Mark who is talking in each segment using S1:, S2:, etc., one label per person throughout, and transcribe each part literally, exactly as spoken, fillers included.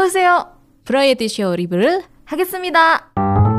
S1: 어서오세요. 브라이어티 쇼 리뷰를 하겠습니다.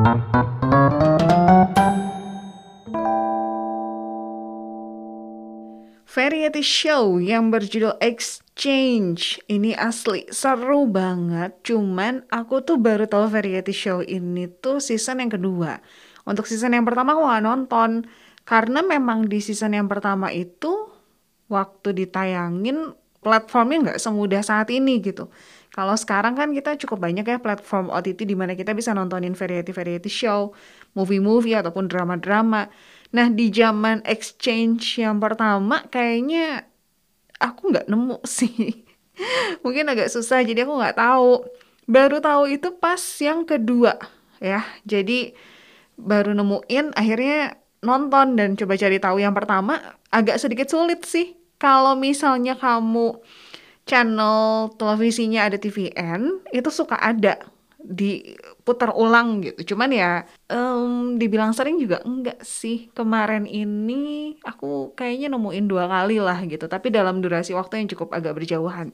S2: Variety show yang berjudul Exchange ini asli seru banget. Cuman aku tuh baru tahu variety show ini tuh season yang kedua. Untuk season yang pertama aku gak nonton karena memang di season yang pertama itu waktu ditayangin platformnya nggak semudah saat ini gitu. Kalau sekarang kan kita cukup banyak ya platform O T T di mana kita bisa nontonin variety-variety show, movie-movie ataupun drama-drama. Nah di zaman Exchange yang pertama kayaknya aku nggak nemu sih. Mungkin agak susah jadi aku nggak tahu. Baru tahu itu pas yang kedua ya. Jadi baru nemuin akhirnya nonton dan coba cari tahu. Yang pertama agak sedikit sulit sih. Kalau misalnya kamu channel televisinya ada T V N, itu suka ada diputar ulang gitu. Cuman ya um, dibilang sering juga enggak sih. Kemarin ini aku kayaknya nemuin dua kali lah gitu. Tapi dalam durasi waktu yang cukup agak berjauhan.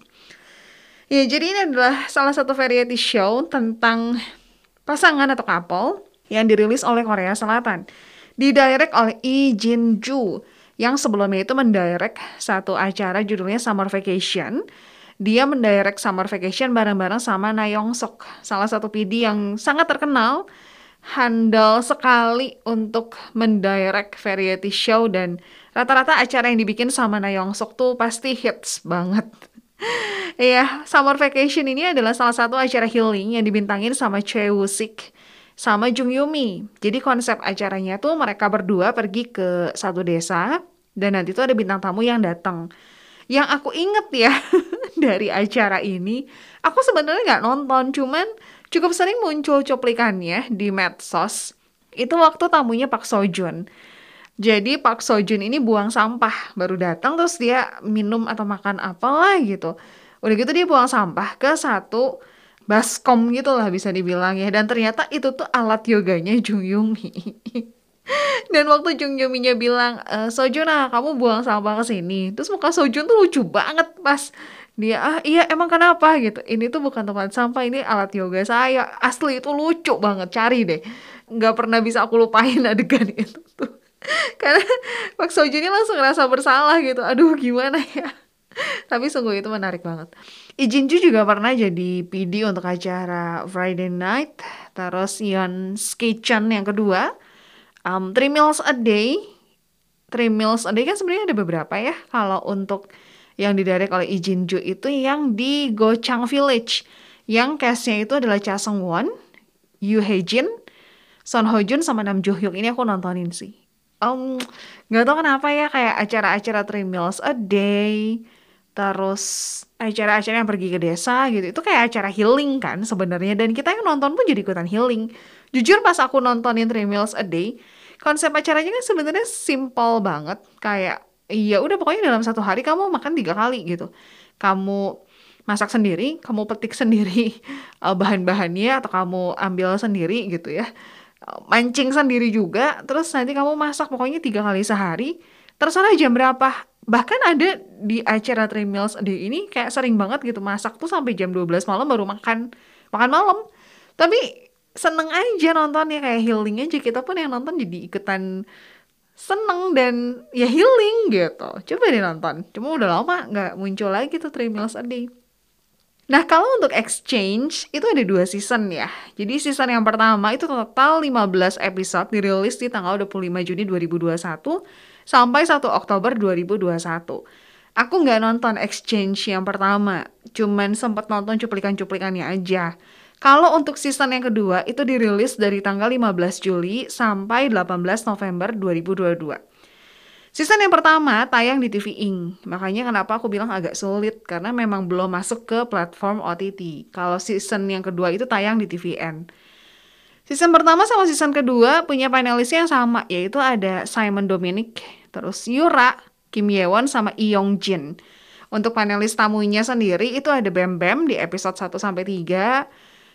S2: Ya jadi ini adalah salah satu variety show tentang pasangan atau couple yang dirilis oleh Korea Selatan. Didirect oleh Lee Jin-joo yang sebelumnya itu mendirect satu acara judulnya Summer Vacation. Dia mendirect Summer Vacation bareng-bareng sama Na Yong Sok, salah satu P D yang sangat terkenal, handal sekali untuk mendirect variety show dan rata-rata acara yang dibikin sama Na Yong Sok tuh pasti hits banget. Iya, Summer Vacation ini adalah salah satu acara healing yang dibintangin sama Choi Woo-sik sama Jung Yoo-mi. Jadi konsep acaranya tuh mereka berdua pergi ke satu desa dan nanti tuh ada bintang tamu yang datang. Yang aku inget ya dari acara ini, aku sebenarnya nggak nonton, cuman cukup sering muncul cuplikannya di medsos. Itu waktu tamunya Park Seo Joon. Jadi Park Seo Joon ini buang sampah, baru datang terus dia minum atau makan apalah gitu. Udah gitu dia buang sampah ke satu baskom gitu lah bisa dibilang ya. Dan ternyata itu tuh alat yoganya Jung Yoo-mi. Dan waktu Jung Yoo-mi-nya bilang, e, Sojun ah kamu buang sampah ke sini. Terus muka Sojun tuh lucu banget pas dia, ah iya emang kenapa gitu. Ini tuh bukan tempat sampah, ini alat yoga saya. Asli itu lucu banget, cari deh. Nggak pernah bisa aku lupain adegan itu tuh. Karena Pak Sojun ini langsung ngerasa bersalah gitu. Aduh gimana ya. Tapi sungguh itu menarik banget. Lee Jin-joo juga pernah jadi P D untuk acara Friday Night. Terus Yeon Ski-chan yang kedua, um, Three Meals a Day. Three Meals a Day kan sebenarnya ada beberapa ya. Kalau untuk yang didirect oleh Lee Jin-joo itu yang di Gochang Village. Yang cast-nya itu adalah Cha Seung-won, Yoo Hae-jin, Son Ho-jun sama Nam Jo-hyuk. Ini aku nontonin sih. Um, gak tau kenapa ya kayak acara-acara Three Meals a Day, terus acara-acara yang pergi ke desa gitu, itu kayak acara healing kan sebenarnya, dan kita yang nonton pun jadi ikutan healing. Jujur pas aku nontonin Three Meals a Day, konsep acaranya kan sebenarnya simple banget, kayak ya udah pokoknya dalam satu hari kamu makan tiga kali gitu, kamu masak sendiri, kamu petik sendiri uh, bahan-bahannya atau kamu ambil sendiri gitu ya, mancing sendiri juga, terus nanti kamu masak pokoknya tiga kali sehari, terserah jam berapa. Bahkan ada di acara Three Meals a Day ini kayak sering banget gitu masak tuh sampai jam dua belas malam baru makan makan malam. Tapi seneng aja nontonnya, kayak healing aja, kita pun yang nonton jadi ikutan seneng dan ya healing gitu. Coba deh nonton. Cuma udah lama nggak muncul lagi tuh Three Meals a Day. Nah kalau untuk Exchange itu ada dua season ya. Jadi season yang pertama itu total lima belas episode, dirilis di tanggal dua puluh lima Juni dua ribu dua puluh satu sampai satu Oktober dua ribu dua puluh satu. Aku nggak nonton Exchange yang pertama, cuman sempat nonton cuplikan-cuplikannya aja. Kalau untuk season yang kedua itu dirilis dari tanggal lima belas Juli sampai delapan belas November dua ribu dua puluh dua. Season yang pertama tayang di T V Ink, makanya kenapa aku bilang agak sulit, karena memang belum masuk ke platform O T T. Kalau season yang kedua itu tayang di T V N. Season pertama sama season kedua punya panelisnya yang sama, yaitu ada Simon Dominic, terus Yura, Kim Ye-won, sama Lee Yong-jin. Untuk panelis tamunya sendiri itu ada Bam Bam di episode satu sampai tiga,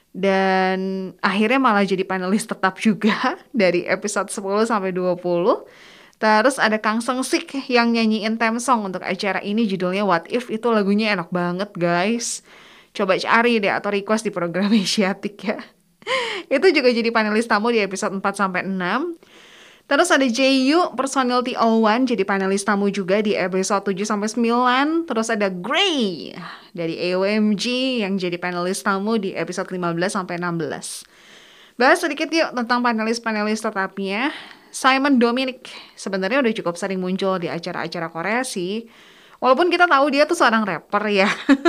S2: dan akhirnya malah jadi panelis tetap juga dari episode sepuluh sampai dua puluh. Terus ada Kang Seung-sik yang nyanyiin theme song untuk acara ini, judulnya What If. Itu lagunya enak banget guys. Coba cari deh atau request di program Asiatic ya. Itu juga jadi panelis tamu di episode empat sampai enam. Terus ada Jaeyu, personil T O satu, jadi panelis tamu juga di episode tujuh sampai sembilan. Terus ada Gray dari A O M G yang jadi panelis tamu di episode lima belas sampai enam belas. Bahas sedikit yuk tentang panelis-panelis tetapnya. Simon Dominic sebenarnya udah cukup sering muncul di acara-acara Korea sih. Walaupun kita tahu dia tuh seorang rapper ya.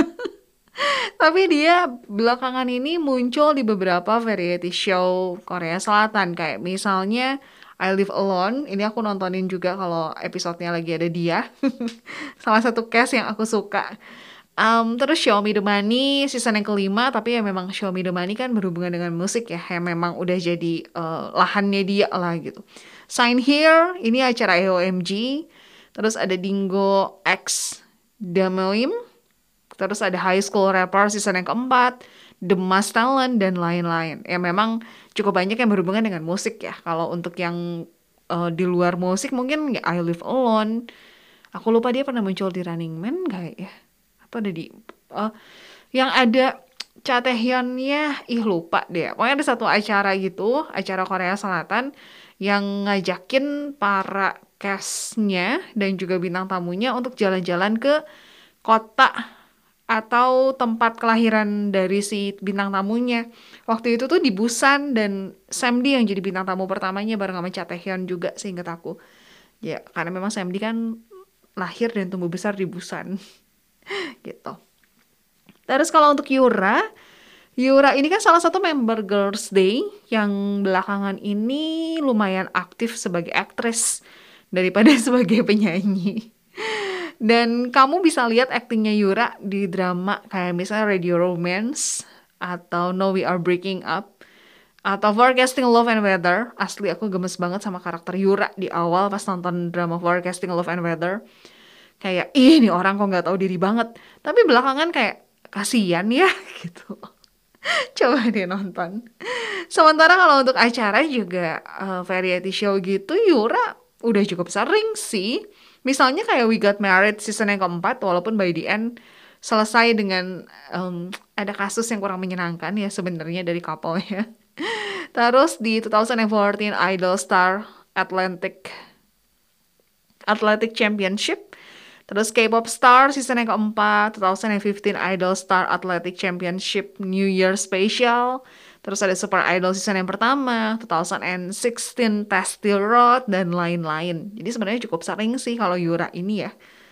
S2: Tapi dia belakangan ini muncul di beberapa variety show Korea Selatan. Kayak misalnya I Live Alone. Ini aku nontonin juga kalau episodenya lagi ada dia. Salah satu cast yang aku suka. Um, terus Show Me The Money season yang kelima. Tapi ya memang Show Me The Money kan berhubungan dengan musik ya. Yang memang udah jadi uh, lahannya dia lah gitu. Sign Here. Ini acara A O M G. Terus ada Dingo X Damoim. Terus ada High School Rapper season yang keempat, The Masked Talent, dan lain-lain. Ya memang cukup banyak yang berhubungan dengan musik ya. Kalau untuk yang uh, di luar musik mungkin ya I Live Alone. Aku lupa dia pernah muncul di Running Man gak ya? Apa ada di... Uh, yang ada Cha Taehyunnya, ih lupa deh. Pokoknya ada satu acara gitu, acara Korea Selatan, yang ngajakin para cast-nya dan juga bintang tamunya untuk jalan-jalan ke kota atau tempat kelahiran dari si bintang tamunya. Waktu itu tuh di Busan dan Samdi yang jadi bintang tamu pertamanya bareng sama Cha Taehyun juga seingat aku. Ya, karena memang Samdi kan lahir dan tumbuh besar di Busan. Gitu. Terus kalau untuk Yura, Yura ini kan salah satu member Girls' Day yang belakangan ini lumayan aktif sebagai aktris daripada sebagai penyanyi. Dan kamu bisa lihat aktingnya Yura di drama kayak misalnya Radio Romance atau No We Are Breaking Up atau Forecasting Love and Weather. Asli aku gemes banget sama karakter Yura di awal pas nonton drama Forecasting Love and Weather. Kayak, ih ini orang kok gak tahu diri banget. Tapi belakangan kayak, kasian ya gitu. Coba deh nonton. Sementara kalau untuk acara juga uh, variety show gitu, Yura udah cukup sering sih. Misalnya kayak We Got Married season yang keempat, walaupun by the end selesai dengan um, ada kasus yang kurang menyenangkan ya sebenarnya dari couple-nya. Terus di dua ribu empat belas Idol Star Atlantic Athletic Championship. Terus K-pop Star season yang keempat, dua ribu lima belas Idol Star Athletic Championship New Year Special. Terus ada Super Idol season yang pertama, dua ribu enam belas Tasty Road, dan lain-lain. Jadi sebenarnya cukup sering sih kalau Yura ini ya.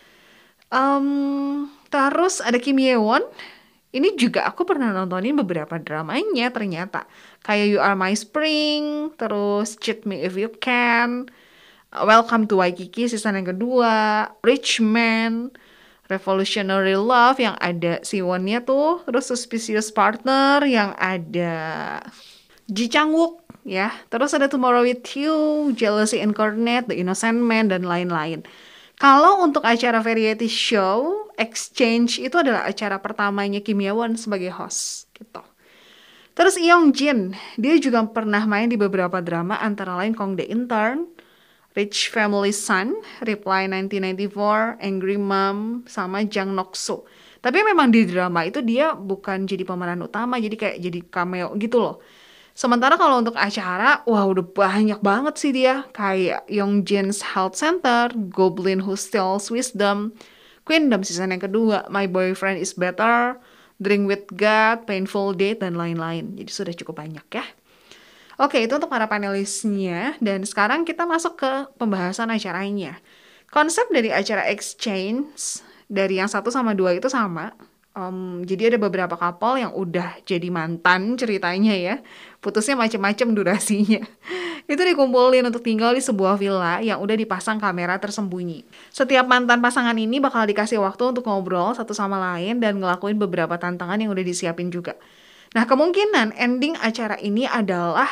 S2: Um, terus ada Kim Ye Won. Ini juga aku pernah nontonin beberapa dramanya ternyata. Kayak You Are My Spring, terus Cheat Me If You Can, Welcome to Waikiki season yang kedua, Rich Man, Revolutionary Love yang ada Siwonnya tuh, terus Suspicious Partner yang ada Ji Chang-wook ya, terus ada Tomorrow With You, Jealousy Incarnate, The Innocent Man, dan lain-lain. Kalau untuk acara variety show, Exchange itu adalah acara pertamanya Kim Ye Won sebagai host gitu. Terus Yeong Jin, dia juga pernah main di beberapa drama antara lain Kong The Intern, Rich Family Son, Reply nineteen ninety-four, Angry Mom, sama Jang Nok-soo. Tapi memang di drama itu dia bukan jadi pemeran utama, jadi kayak jadi cameo gitu loh. Sementara kalau untuk acara, wah udah banyak banget sih dia. Kayak Young Jin's Health Center, Goblin Who Steals Wisdom, Queendom season yang kedua, My Boyfriend Is Better, Drink With God, Painful Date, dan lain-lain. Jadi sudah cukup banyak ya. Oke, itu untuk para panelisnya. Dan sekarang kita masuk ke pembahasan acaranya. Konsep dari acara Exchange, dari yang satu sama dua itu sama. Um, jadi ada beberapa couple yang udah jadi mantan ceritanya ya. Putusnya macem-macem durasinya. Itu dikumpulin untuk tinggal di sebuah villa yang udah dipasang kamera tersembunyi. Setiap mantan pasangan ini bakal dikasih waktu untuk ngobrol satu sama lain dan ngelakuin beberapa tantangan yang udah disiapin juga. Nah, kemungkinan ending acara ini adalah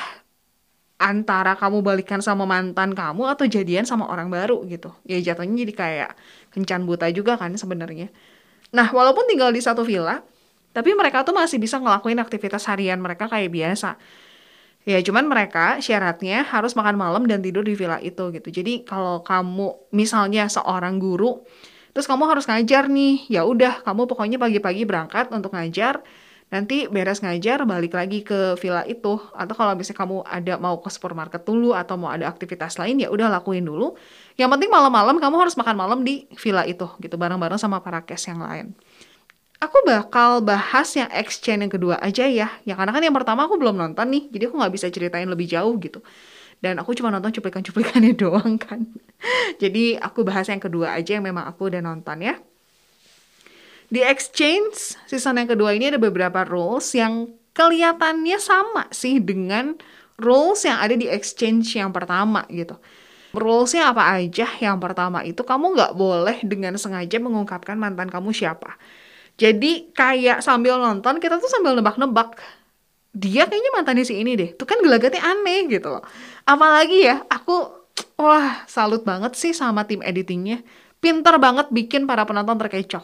S2: antara kamu balikan sama mantan kamu atau jadian sama orang baru gitu. Ya jatuhnya jadi kayak kencan buta juga kan sebenarnya. Nah, walaupun tinggal di satu villa, tapi mereka tuh masih bisa ngelakuin aktivitas harian mereka kayak biasa. Ya, cuman mereka syaratnya harus makan malam dan tidur di villa itu gitu. Jadi kalau kamu misalnya seorang guru Terus kamu harus ngajar nih. Ya udah, kamu pokoknya pagi-pagi berangkat untuk ngajar. Nanti beres ngajar balik lagi ke villa itu. Atau kalau misalnya kamu ada mau ke supermarket dulu atau mau ada aktivitas lain, ya udah lakuin dulu. Yang penting malam-malam kamu harus makan malam di villa itu gitu, bareng-bareng sama para guest yang lain. Aku bakal bahas yang exchange yang kedua aja ya. Ya karena kan yang pertama aku belum nonton nih, jadi aku nggak bisa ceritain lebih jauh gitu. Dan aku cuma nonton cuplikan-cuplikannya doang kan. Jadi aku bahas yang kedua aja yang memang aku udah nonton ya. Di exchange season yang kedua ini ada beberapa rules yang kelihatannya sama sih dengan rules yang ada di exchange yang pertama gitu. Rulesnya apa aja? Yang pertama itu kamu nggak boleh dengan sengaja mengungkapkan mantan kamu siapa. Jadi kayak sambil nonton kita tuh sambil nebak-nebak. Dia kayaknya mantannya si ini deh. Tuh kan gelagatnya aneh gitu loh. Apalagi ya, aku wah salut banget sih sama tim editingnya. Pinter banget bikin para penonton terkecoh.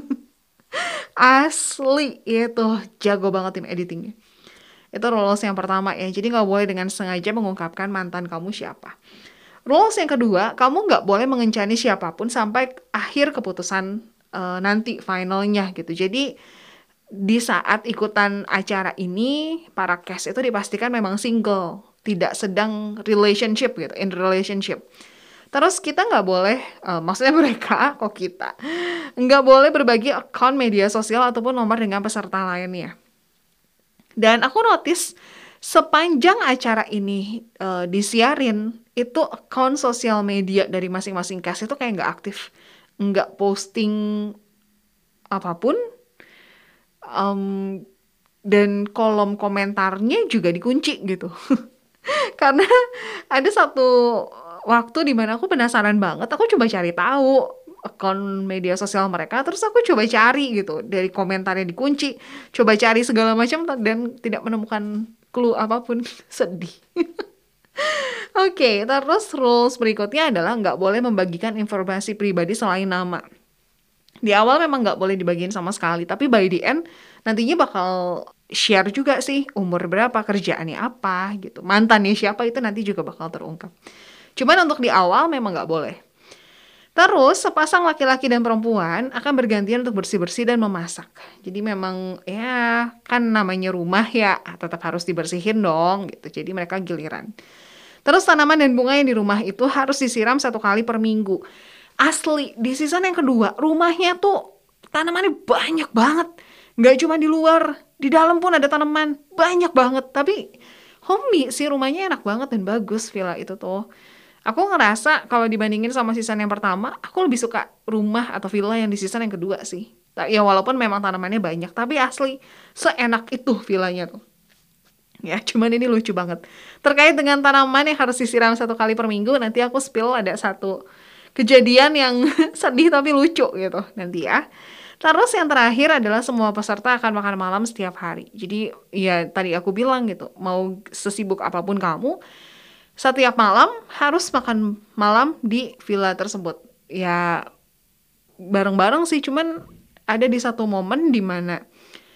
S2: Asli itu jago banget tim editingnya. Itu rules yang pertama ya. Jadi nggak boleh dengan sengaja mengungkapkan mantan kamu siapa. Rules yang kedua, kamu nggak boleh mengencani siapapun sampai akhir keputusan uh, nanti finalnya gitu. Jadi di saat ikutan acara ini, para cast itu dipastikan memang single, tidak sedang relationship gitu, in relationship. Terus kita nggak boleh, uh, maksudnya mereka, kok kita, nggak boleh berbagi account media sosial ataupun nomor dengan peserta lainnya. Dan aku notice sepanjang acara ini uh, disiarin, itu account sosial media dari masing-masing cast itu kayak nggak aktif, nggak posting apapun, um, dan kolom komentarnya juga dikunci gitu. Karena ada satu waktu dimana aku penasaran banget, aku coba cari tahu akun media sosial mereka, terus aku coba cari gitu, dari komentarnya dikunci, coba cari segala macam dan tidak menemukan clue apapun. Sedih. Oke, okay, terus rules berikutnya adalah nggak boleh membagikan informasi pribadi selain nama. Di awal memang nggak boleh dibagiin sama sekali, tapi by the end nantinya bakal share juga sih umur berapa, kerjaannya apa gitu, mantannya siapa itu nanti juga bakal terungkap. Cuman untuk di awal memang nggak boleh. Terus sepasang laki-laki dan perempuan akan bergantian untuk bersih-bersih dan memasak. Jadi memang ya kan namanya rumah ya tetap harus dibersihin dong gitu. Jadi mereka giliran. Terus tanaman dan bunga yang di rumah itu harus disiram satu kali per minggu. Asli, di season yang kedua, rumahnya tuh tanamannya banyak banget. Nggak cuma di luar, di dalam pun ada tanaman. Banyak banget. Tapi homey sih, rumahnya enak banget dan bagus villa itu tuh. Aku ngerasa kalau dibandingin sama season yang pertama, aku lebih suka rumah atau villa yang di season yang kedua sih. Ya walaupun memang tanamannya banyak, tapi asli seenak itu villanya tuh. Ya, cuman ini lucu banget. Terkait dengan tanaman yang harus disiram satu kali per minggu, nanti aku spill ada satu kejadian yang sedih tapi lucu gitu nanti ya. Terus yang terakhir adalah semua peserta akan makan malam setiap hari. Jadi ya tadi aku bilang gitu, mau sesibuk apapun kamu, setiap malam harus makan malam di villa tersebut. Ya bareng-bareng sih, cuman ada di satu momen dimana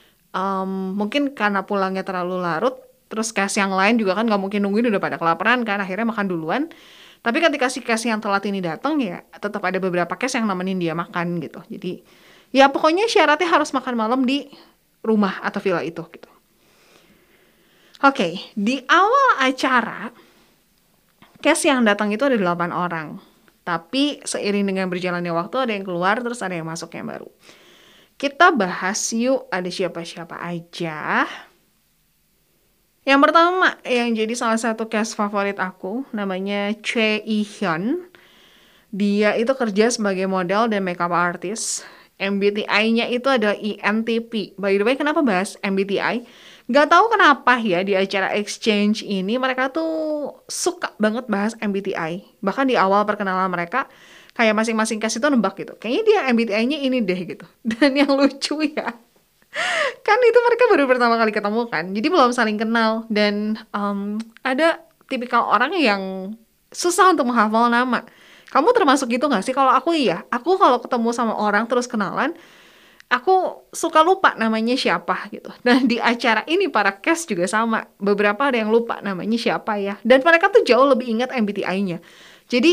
S2: um, mungkin karena pulangnya terlalu larut, terus cast yang lain juga kan gak mungkin nungguin, udah pada kelaparan kan, akhirnya makan duluan. Tapi ketika si cast yang telat ini datang ya tetap ada beberapa cast yang nemenin dia makan gitu. Jadi ya pokoknya syaratnya harus makan malam di rumah atau villa itu gitu. Oke, okay, di awal acara cast yang datang itu ada delapan orang. Tapi seiring dengan berjalannya waktu ada yang keluar terus ada yang masuk yang baru. Kita bahas yuk ada siapa-siapa aja. Yang pertama yang jadi salah satu cast favorit aku namanya Choi Hyun. Dia itu kerja sebagai model dan makeup artist. M B T I-nya itu adalah E N T P. By the way, kenapa bahas M B T I? Gak tahu kenapa ya di acara exchange ini mereka tuh suka banget bahas M B T I. Bahkan di awal perkenalan mereka kayak masing-masing cast itu nembak gitu. Kayaknya dia M B T I-nya ini deh gitu. Dan yang lucu ya, kan itu mereka baru pertama kali ketemu kan, jadi belum saling kenal. Dan um, ada tipikal orang yang susah untuk menghafal nama. Kamu termasuk gitu gak sih? Kalau aku iya, aku kalau ketemu sama orang terus kenalan, aku suka lupa namanya siapa gitu. Nah di acara ini para cast juga sama, beberapa ada yang lupa namanya siapa ya, dan mereka tuh jauh lebih ingat M B T I-nya. Jadi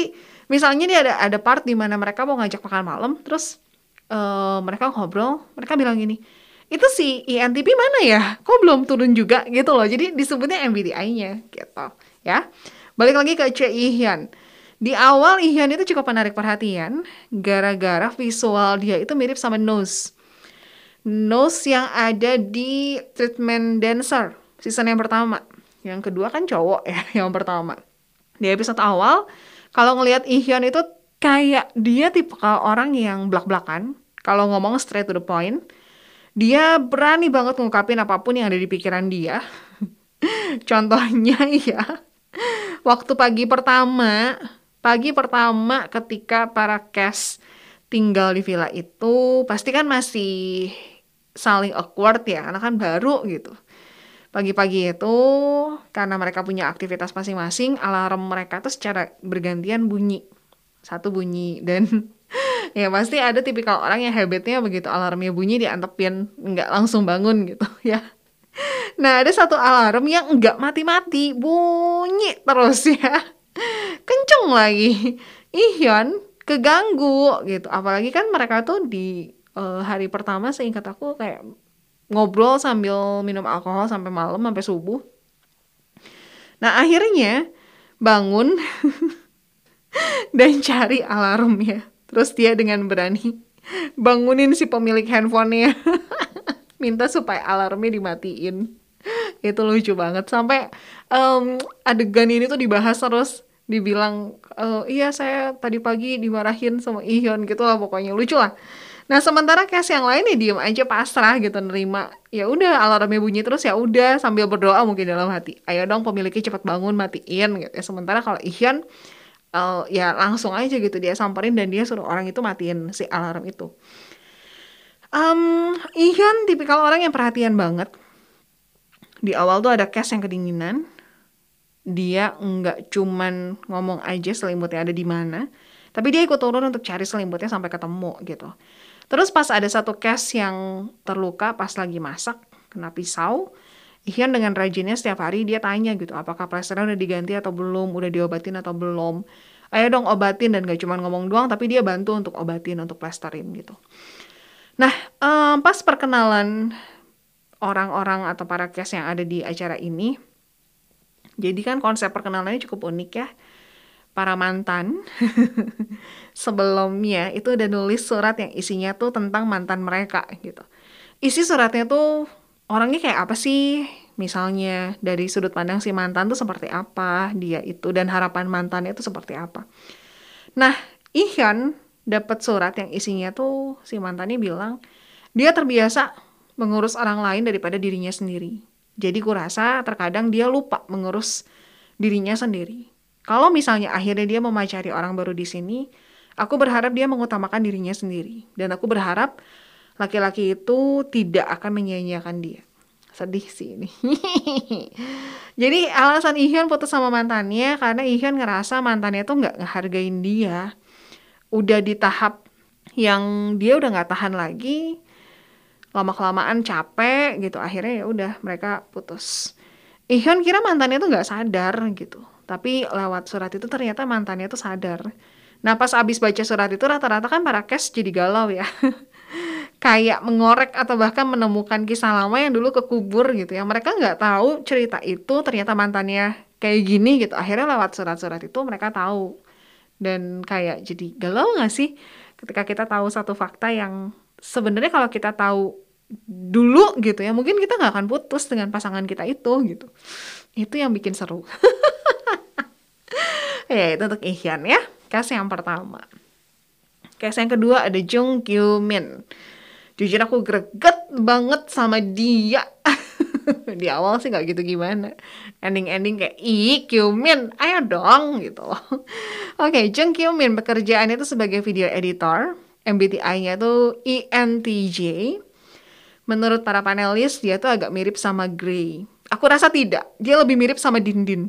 S2: Misalnya dia ada ada part di mana mereka mau ngajak makan malam, terus eh, mereka ngobrol, mereka bilang gini, itu si I N T P mana ya? Kok belum turun juga gitu loh. Jadi disebutnya M B T I-nya gitu ya. Balik lagi ke Che Ihyun. Di awal Ihyun itu cukup menarik perhatian gara-gara visual dia itu mirip sama Nose. Nose yang ada di Treatment Dancer season yang pertama. Yang kedua kan cowok ya, yang pertama. Di episode awal, kalau ngelihat Ihyun itu kayak dia tipe orang yang blak-blakan. Kalau ngomong straight to the point, dia berani banget ngungkapin apapun yang ada di pikiran dia. Contohnya ya, waktu pagi pertama, pagi pertama ketika para cast tinggal di villa itu, pasti kan masih saling awkward ya, karena kan baru gitu. Pagi-pagi itu, karena mereka punya aktivitas masing-masing, alarm mereka tuh secara bergantian bunyi. Satu bunyi, dan ya pasti ada tipikal orang yang habitnya begitu alarmnya bunyi diantepin, nggak langsung bangun gitu ya. Nah, ada satu alarm yang nggak mati-mati, bunyi terus ya. Kenceng lagi. Ihyun keganggu gitu. Apalagi kan mereka tuh di eh, hari pertama seingat aku kayak ngobrol sambil minum alkohol sampai malam, sampai subuh. Nah, akhirnya bangun dan cari alarmnya. Terus dia dengan berani bangunin si pemilik handphonenya. Minta supaya alarmnya dimatiin. Itu lucu banget. Sampai um, adegan ini tuh dibahas terus. Dibilang, e, iya saya tadi pagi dimarahin sama Ihyun gitu lah pokoknya. Lucu lah. Nah, sementara cast yang lain ya diem aja pasrah gitu nerima. Ya udah alarmnya bunyi terus ya udah sambil berdoa mungkin dalam hati. Ayo dong pemiliknya cepat bangun matiin gitu ya. Sementara kalau Ihyun uh, ya langsung aja gitu dia samperin dan dia suruh orang itu matiin si alarm itu. Um, Ihyun tipikal orang yang perhatian banget. Di awal tuh ada cast yang kedinginan. Dia nggak cuman ngomong aja selimutnya ada di mana, tapi dia ikut turun untuk cari selimutnya sampai ketemu gitu. Terus pas ada satu cast yang terluka pas lagi masak, kena pisau, Ihyun dengan rajinnya setiap hari dia tanya gitu, apakah plasternya udah diganti atau belum, udah diobatin atau belum. Ayo dong obatin, dan gak cuma ngomong doang, tapi dia bantu untuk obatin, untuk plasterin gitu. Nah, um, pas perkenalan orang-orang atau para cast yang ada di acara ini, jadi kan konsep perkenalannya cukup unik ya. Para mantan sebelumnya itu udah nulis surat yang isinya tuh tentang mantan mereka gitu. Isi suratnya tuh orangnya kayak apa sih? Misalnya dari sudut pandang si mantan tuh seperti apa dia itu, dan harapan mantannya tuh seperti apa. Nah, Ihyun dapat surat yang isinya tuh si mantannya bilang dia terbiasa mengurus orang lain daripada dirinya sendiri. Jadi kurasa terkadang dia lupa mengurus dirinya sendiri. Kalau misalnya akhirnya dia memacari orang baru di sini, aku berharap dia mengutamakan dirinya sendiri. Dan aku berharap laki-laki itu tidak akan menyia-nyiakan dia. Sedih sih ini. Jadi alasan Ihyun putus sama mantannya karena Ihyun ngerasa mantannya tuh gak ngehargain dia. Udah di tahap yang dia udah gak tahan lagi, lama-kelamaan capek gitu, akhirnya ya udah mereka putus. Ihyun kira mantannya tuh nggak sadar gitu, tapi lewat surat itu ternyata mantannya tuh sadar. Nah pas abis baca surat itu rata-rata kan para cast jadi galau ya. Kayak mengorek atau bahkan menemukan kisah lama yang dulu kekubur gitu ya. Mereka nggak tahu cerita itu ternyata mantannya kayak gini gitu. Akhirnya lewat surat-surat itu mereka tahu. Dan kayak jadi galau nggak sih ketika kita tahu satu fakta yang sebenarnya kalau kita tahu dulu gitu ya, mungkin kita nggak akan putus dengan pasangan kita itu gitu. Itu yang bikin seru. Ya itu untuk Ihyun ya. Case yang pertama. Case yang kedua ada Jung Kyu Min. Jujur aku greget banget sama dia. Di awal sih nggak gitu gimana. Ending-ending kayak ih Kyu Min, ayo dong gitu. Oke, okay, Jung Kyu Min pekerjaannya itu sebagai video editor. M B T I-nya tuh I N T J. Menurut para panelis, dia tuh agak mirip sama Grey. Aku rasa tidak. Dia lebih mirip sama Dindin.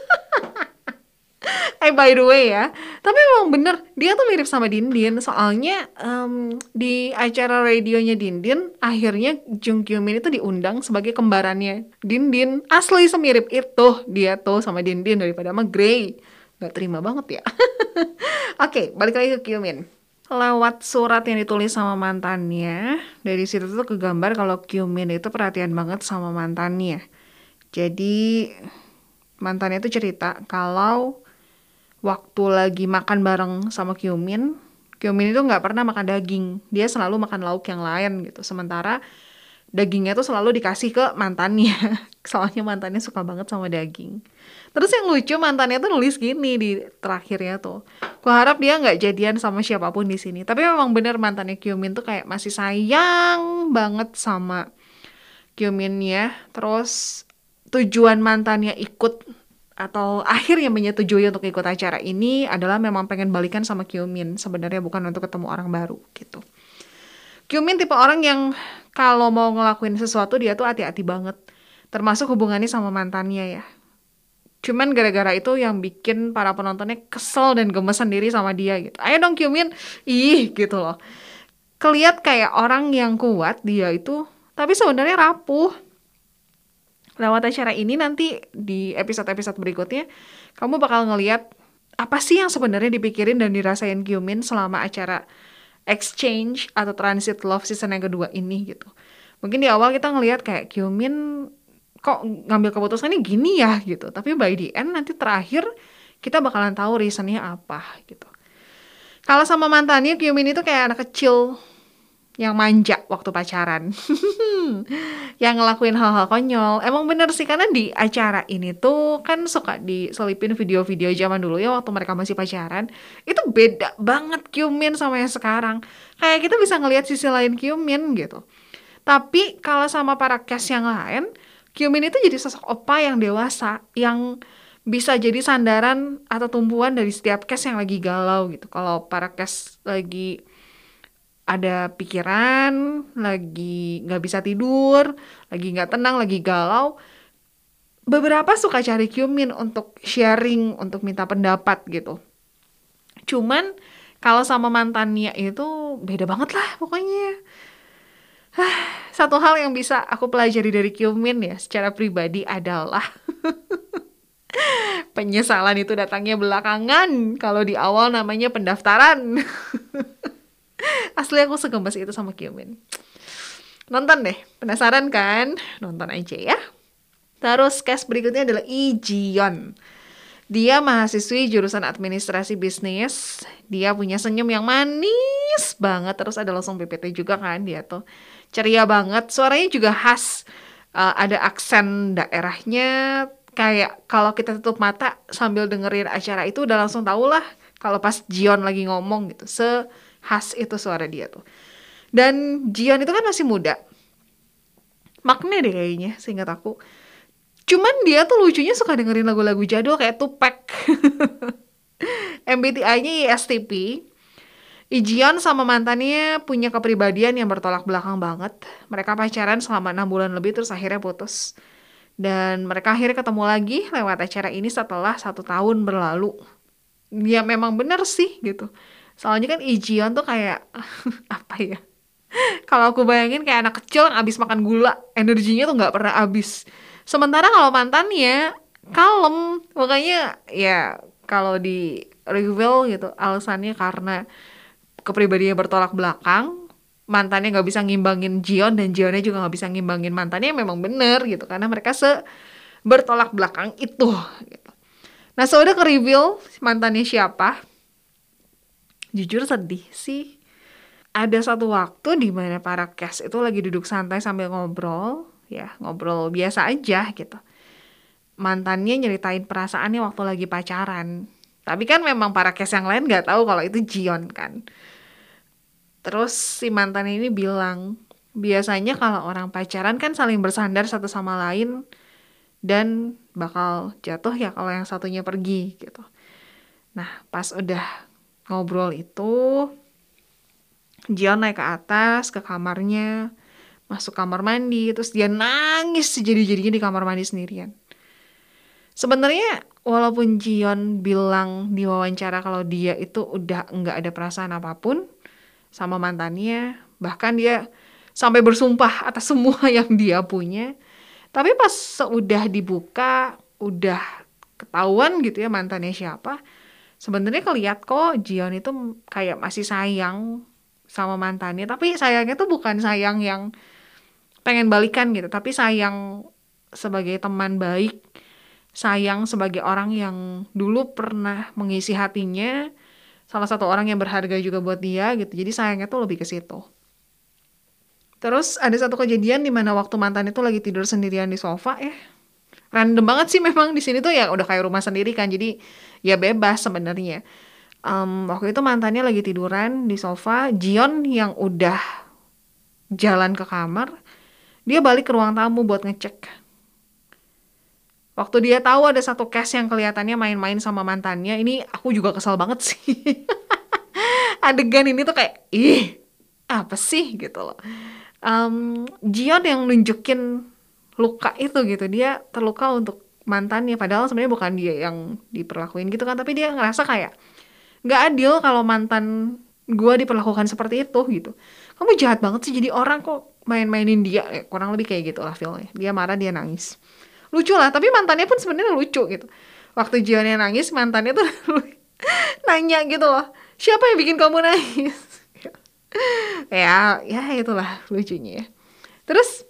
S2: Eh, by the way ya. Tapi memang bener, dia tuh mirip sama Dindin. Soalnya um, di acara radionya Dindin, akhirnya Jung Kyu Min itu diundang sebagai kembarannya Dindin. Asli semirip itu dia tuh sama Dindin daripada sama Grey. Gak terima banget ya. Oke, balik lagi ke Kyomin. Lewat surat yang ditulis sama mantannya, dari situ tuh kegambar kalau Kyomin itu perhatian banget sama mantannya. Jadi mantannya tuh cerita kalau waktu lagi makan bareng sama Kyomin, Kyomin itu nggak pernah makan daging. Dia selalu makan lauk yang lain gitu. Sementara dagingnya tuh selalu dikasih ke mantannya. Soalnya mantannya suka banget sama daging. Terus yang lucu mantannya tuh nulis gini di terakhirnya tuh. Ku harap dia nggak jadian sama siapapun di sini. Tapi memang bener mantannya Kyomin tuh kayak masih sayang banget sama Kyominnya. Terus tujuan mantannya ikut atau akhirnya menyetujui untuk ikut acara ini adalah memang pengen balikan sama Kyomin. Sebenarnya bukan untuk ketemu orang baru gitu. Kyomin tipe orang yang kalau mau ngelakuin sesuatu dia tuh hati-hati banget. Termasuk hubungannya sama mantannya ya. Cuman gara-gara itu yang bikin para penontonnya kesel dan gemes sendiri sama dia gitu. Ayo dong Kyomin, ih gitu loh. Keliat kayak orang yang kuat dia itu, tapi sebenarnya rapuh. Lewat acara ini nanti di episode-episode berikutnya, kamu bakal ngeliat apa sih yang sebenarnya dipikirin dan dirasain Kyomin selama acara Exchange atau Transit Love season yang kedua ini gitu. Mungkin di awal kita ngelihat kayak Kyomin kok ngambil keputusannya gini ya gitu. Tapi by the end nanti terakhir kita bakalan tahu reasonnya apa gitu. Kalau sama mantannya Kyomin itu kayak anak kecil yang manja waktu pacaran. Yang ngelakuin hal-hal konyol. Emang bener sih karena di acara ini tuh kan suka diselipin video-video zaman dulu ya waktu mereka masih pacaran. Itu beda banget Kyomin sama yang sekarang. Kayak kita bisa ngelihat sisi lain Kyomin gitu. Tapi kalau sama para cast yang lain, Kyomin itu jadi sosok opa yang dewasa, yang bisa jadi sandaran atau tumpuan dari setiap cast yang lagi galau gitu. Kalau para cast lagi ada pikiran, lagi nggak bisa tidur, lagi nggak tenang, lagi galau, beberapa suka cari Kyomin untuk sharing, untuk minta pendapat gitu. Cuman kalau sama mantannya itu beda banget lah pokoknya. Satu hal yang bisa aku pelajari dari Kyomin ya secara pribadi adalah penyesalan itu datangnya belakangan. Kalau di awal namanya pendaftaran. Asli aku segemes itu sama Kyomin. Nonton deh, penasaran kan? Nonton aja ya. Terus cast berikutnya adalah Lee Ji-yeon. Dia mahasiswi jurusan administrasi bisnis. Dia punya senyum yang manis banget. Terus ada langsung P P T juga kan dia tuh. Ceria banget. Suaranya juga khas. Uh, ada aksen daerahnya. Kayak kalau kita tutup mata sambil dengerin acara itu udah langsung tau lah. Kalau pas Jion lagi ngomong gitu. Se khas itu suara dia tuh. Dan Jion itu kan masih muda. Makna deh kayaknya, seingat aku. Cuman dia tuh lucunya suka dengerin lagu-lagu jadul kayak Tupac. M B T I-nya I S T P. Jion sama mantannya punya kepribadian yang bertolak belakang banget. Mereka pacaran selama enam bulan lebih terus akhirnya putus. Dan mereka akhirnya ketemu lagi lewat acara ini setelah satu tahun berlalu. Ya memang bener sih gitu. Soalnya kan Jion tuh kayak apa ya? Kalau aku bayangin kayak anak kecil yang abis makan gula, energinya tuh nggak pernah abis. Sementara kalau mantannya kalem, makanya ya kalau di reveal gitu alasannya karena kepribadiannya bertolak belakang, mantannya nggak bisa ngimbangin Jion dan Jionnya juga nggak bisa ngimbangin mantannya, memang bener gitu karena mereka se bertolak belakang itu. Gitu. Nah sudah ke reveal mantannya siapa? Jujur sedih sih. Ada satu waktu di mana para cast itu lagi duduk santai sambil ngobrol, ya ngobrol biasa aja gitu. Mantannya nyeritain perasaannya waktu lagi pacaran. Tapi kan memang para cast yang lain nggak tahu kalau itu Jion kan. Terus si mantannya ini bilang, biasanya kalau orang pacaran kan saling bersandar satu sama lain dan bakal jatuh ya kalau yang satunya pergi gitu. Nah pas udah ngobrol itu, Jion naik ke atas, ke kamarnya, masuk kamar mandi, terus dia nangis sejadi-jadinya di kamar mandi sendirian. Sebenarnya walaupun Jion bilang di wawancara kalau dia itu udah nggak ada perasaan apapun sama mantannya, bahkan dia sampai bersumpah atas semua yang dia punya, tapi pas udah dibuka, udah ketahuan gitu ya mantannya siapa, sebenarnya keliat kok Jion itu kayak masih sayang sama mantannya, tapi sayangnya tuh bukan sayang yang pengen balikan gitu, tapi sayang sebagai teman baik, sayang sebagai orang yang dulu pernah mengisi hatinya, salah satu orang yang berharga juga buat dia gitu. Jadi sayangnya tuh lebih ke situ. Terus ada satu kejadian di mana waktu mantan itu lagi tidur sendirian di sofa ya. Random banget sih memang di sini tuh ya udah kayak rumah sendiri kan. Jadi ya bebas sebenarnya. Um, waktu itu mantannya lagi tiduran di sofa, Jion yang udah jalan ke kamar, dia balik ke ruang tamu buat ngecek. Waktu dia tahu ada satu case yang kelihatannya main-main sama mantannya, ini aku juga kesel banget sih. Adegan ini tuh kayak, ih, apa sih gitu loh. Um, Jion yang nunjukin luka itu gitu, dia terluka untuk mantannya, padahal sebenarnya bukan dia yang diperlakuin gitu kan, tapi dia ngerasa kayak nggak adil kalau mantan gue diperlakukan seperti itu gitu. Kamu jahat banget sih jadi orang kok main-mainin dia, eh, kurang lebih kayak gitu lah feelnya. Dia marah, dia nangis. Lucu lah, tapi mantannya pun sebenarnya lucu gitu. Waktu Jionnya nangis, mantannya tuh nanya gitu loh, siapa yang bikin kamu nangis? ya, ya itulah lucunya ya. Terus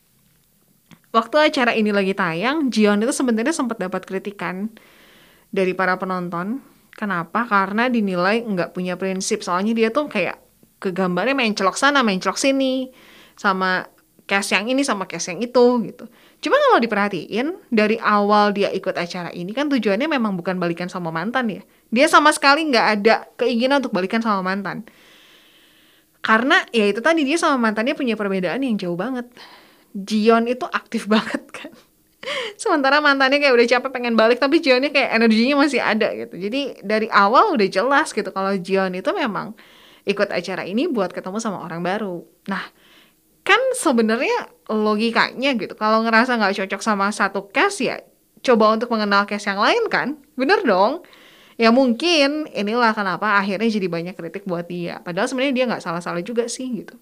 S2: waktu acara ini lagi tayang, Jion itu sebenarnya sempat dapat kritikan dari para penonton. Kenapa? Karena dinilai nggak punya prinsip. Soalnya dia tuh kayak kegambarnya main celok sana, main celok sini, sama cast yang ini sama cast yang itu gitu. Cuma kalau diperhatiin, dari awal dia ikut acara ini kan tujuannya memang bukan balikan sama mantan ya. Dia sama sekali nggak ada keinginan untuk balikan sama mantan. Karena ya itu tadi, dia sama mantannya punya perbedaan yang jauh banget. Jion itu aktif banget kan. Sementara mantannya kayak udah capek pengen balik, tapi Jionnya kayak energinya masih ada gitu. Jadi dari awal udah jelas gitu kalau Jion itu memang ikut acara ini buat ketemu sama orang baru. Nah, kan sebenarnya logikanya gitu, kalau ngerasa nggak cocok sama satu cast ya coba untuk mengenal cast yang lain kan, bener dong. Ya mungkin inilah kenapa akhirnya jadi banyak kritik buat dia, padahal sebenarnya dia nggak salah-salah juga sih gitu.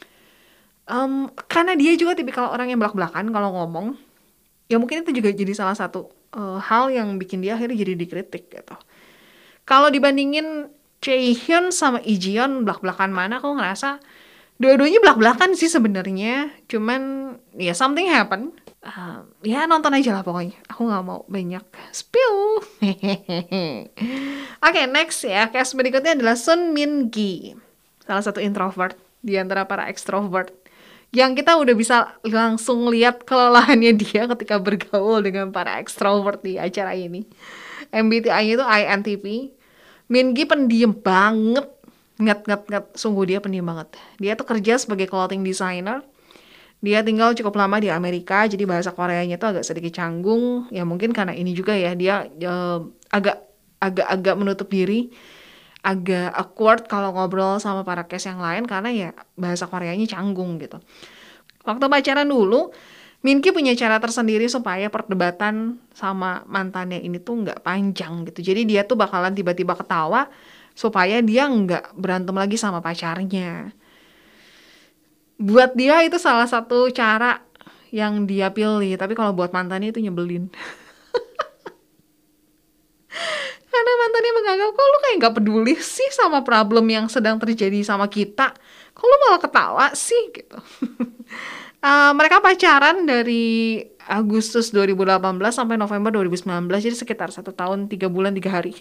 S2: Um, karena dia juga tipikal orang yang belak-belakan kalau ngomong, ya mungkin itu juga jadi salah satu uh, hal yang bikin dia akhirnya jadi dikritik gitu. Kalau dibandingin Chaehyun sama Ijeon, belak-belakan mana, aku ngerasa dua-duanya belak-belakan sih sebenarnya, cuman ya something happen. Uh, ya nonton aja lah pokoknya. Aku nggak mau banyak spill. Oke, okay, next ya. Cast berikutnya adalah Sun Min Gi, salah satu introvert di antara para extrovert, yang kita udah bisa langsung lihat kelelahannya dia ketika bergaul dengan para extrovert di acara ini. M B T I-nya itu I N T P. Min Gi pendiam banget. Nget, nget, nget, sungguh dia pendiam banget. Dia tuh kerja sebagai clothing designer. Dia tinggal cukup lama di Amerika, jadi bahasa Koreanya tuh agak sedikit canggung. Ya mungkin karena ini juga ya, dia uh, agak agak agak menutup diri, agak awkward kalau ngobrol sama para cast yang lain karena ya bahasa Koreanya canggung gitu. Waktu pacaran dulu, Min Gi punya cara tersendiri supaya perdebatan sama mantannya ini tuh nggak panjang gitu. Jadi dia tuh bakalan tiba-tiba ketawa supaya dia nggak berantem lagi sama pacarnya. Buat dia itu salah satu cara yang dia pilih, tapi kalau buat mantannya itu nyebelin. Karena mantannya menganggap, kok lu kayak gak peduli sih sama problem yang sedang terjadi sama kita, kok lu malah ketawa sih gitu. uh, Mereka pacaran dari Agustus dua ribu delapan belas sampai November dua ribu sembilan belas, jadi sekitar satu tahun tiga bulan tiga hari.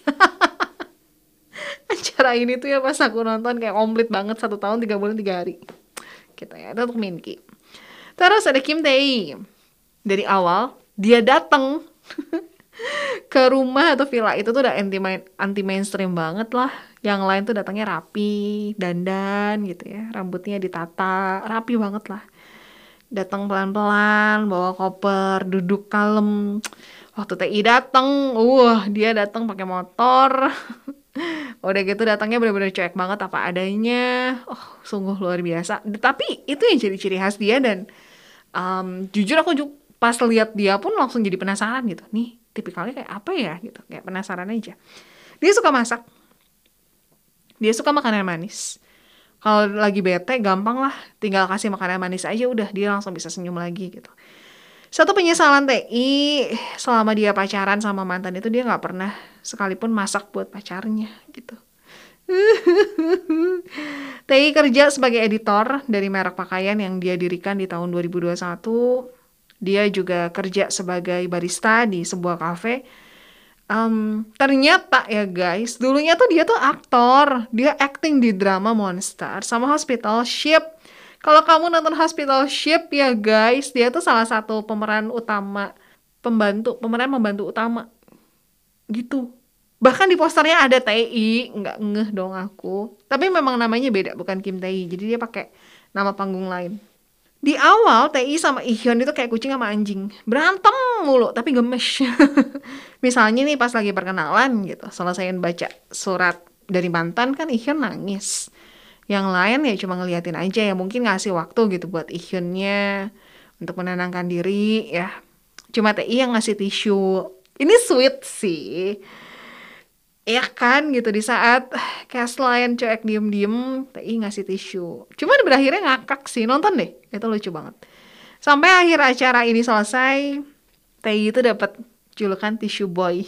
S2: Acara ini tuh ya pas aku nonton kayak komplit banget, satu tahun tiga bulan tiga hari gitu ya. Itu untuk Min Gi. Terus ada Kim Tae. Dari awal dia datang ke rumah atau villa itu tuh udah anti main anti mainstream banget lah. Yang lain tuh datangnya rapi, dandan gitu ya, rambutnya ditata rapi banget lah. Datang pelan-pelan, bawa koper, duduk kalem. Waktu T I datang, uh dia datang pakai motor. Udah gitu datangnya benar-benar cuek banget apa adanya. Oh, sungguh luar biasa. Tapi itu yang jadi ciri khas dia, dan um, jujur aku juga pas lihat dia pun langsung jadi penasaran gitu. Nih, tipikalnya kayak apa ya gitu. Kayak penasaran aja. Dia suka masak. Dia suka makanan manis. Kalau lagi bete gampang lah, tinggal kasih makanan manis aja udah dia langsung bisa senyum lagi gitu. Satu penyesalan T I, selama dia pacaran sama mantan itu dia nggak pernah sekalipun masak buat pacarnya gitu. T I kerja sebagai editor dari merek pakaian yang dia dirikan di tahun dua ribu dua puluh satu. Dia juga kerja sebagai barista di sebuah kafe. Um, ternyata ya guys, dulunya tuh dia tuh aktor. Dia acting di drama Monster sama Hospital Ship. Kalau kamu nonton Hospital Ship ya guys, dia tuh salah satu pemeran utama, pembantu, pemeran membantu utama gitu. Bahkan di posternya ada T I, nggak ngeh dong aku. Tapi memang namanya beda, bukan Kim Tae-hee. Jadi dia pakai nama panggung lain. Di awal T I sama Ihyun itu kayak kucing sama anjing, berantem mulu tapi gemes. Misalnya nih pas lagi perkenalan gitu, selesaiin baca surat dari mantan kan Ihyun nangis. Yang lain ya cuma ngeliatin aja, ya mungkin ngasih waktu gitu buat Ihyunnya untuk menenangkan diri ya. Cuma T I yang ngasih tisu. Ini sweet sih. Ya kan gitu, di saat cast lain cuek diem-diem, T I ngasih tisu. Cuman berakhirnya ngakak sih, nonton deh, itu lucu banget. Sampai akhir acara ini selesai, T I itu dapat julukan tisu boy.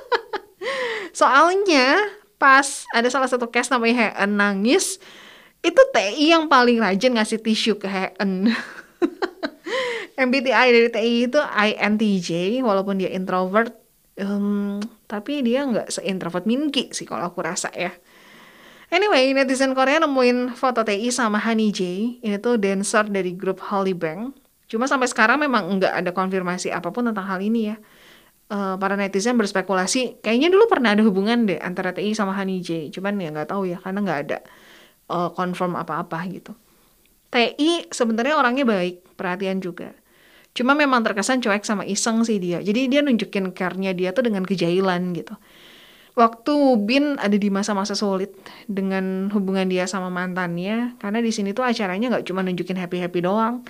S2: Soalnya pas ada salah satu cast namanya Haeun nangis, itu T I yang paling rajin ngasih tisu ke Haeun. M B T I dari T I itu I N T J, walaupun dia introvert, um, tapi dia nggak se-introvert Minky sih kalau aku rasa ya. Anyway, netizen Korea nemuin foto T I sama Honey J. Ini tuh dancer dari grup Holly Bang. Cuma sampai sekarang memang nggak ada konfirmasi apapun tentang hal ini ya. Uh, para netizen berspekulasi, kayaknya dulu pernah ada hubungan deh antara T I sama Honey J. Cuman ya nggak tahu ya, karena nggak ada uh, confirm apa-apa gitu. T I sebenarnya orangnya baik, perhatian juga. Cuma memang terkesan cuek sama iseng sih dia. Jadi dia nunjukin care-nya dia tuh dengan kejailan gitu. Waktu Bin ada di masa-masa sulit dengan hubungan dia sama mantannya, karena di sini tuh acaranya nggak cuma nunjukin happy-happy doang.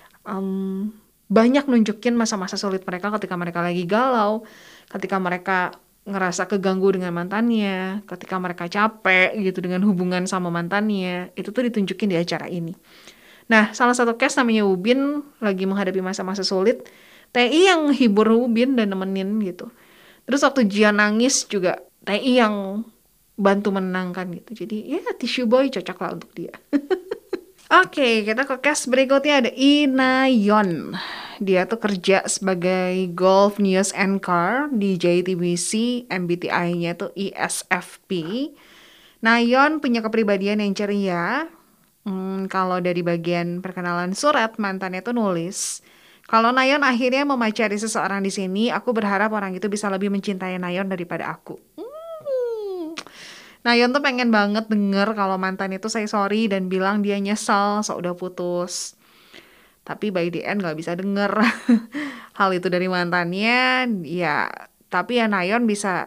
S2: Um, banyak nunjukin masa-masa sulit mereka ketika mereka lagi galau, ketika mereka ngerasa keganggu dengan mantannya, ketika mereka capek gitu dengan hubungan sama mantannya. Itu tuh ditunjukin di acara ini. Nah, salah satu case namanya Ubin lagi menghadapi masa-masa sulit. T I yang hibur Ubin dan nemenin gitu. Terus waktu Jia nangis juga T I yang bantu menenangkan gitu. Jadi ya tisu boy cocok lah untuk dia. Oke, okay, kita ke case berikutnya ada Lee Na-yeon. Dia tuh kerja sebagai golf news anchor di J T B C. M B T I-nya tuh E S F P. Na-yeon punya kepribadian yang ceria. Hmm, kalau dari bagian perkenalan surat, mantannya tuh nulis, kalau Na-yeon akhirnya memacari seseorang di sini, aku berharap orang itu bisa lebih mencintai Na-yeon daripada aku. Hmm. Na-yeon tuh pengen banget denger kalau mantan itu say sorry dan bilang dia nyesel so udah putus. Tapi by the end gak bisa denger hal itu dari mantannya. Ya, tapi ya Na-yeon bisa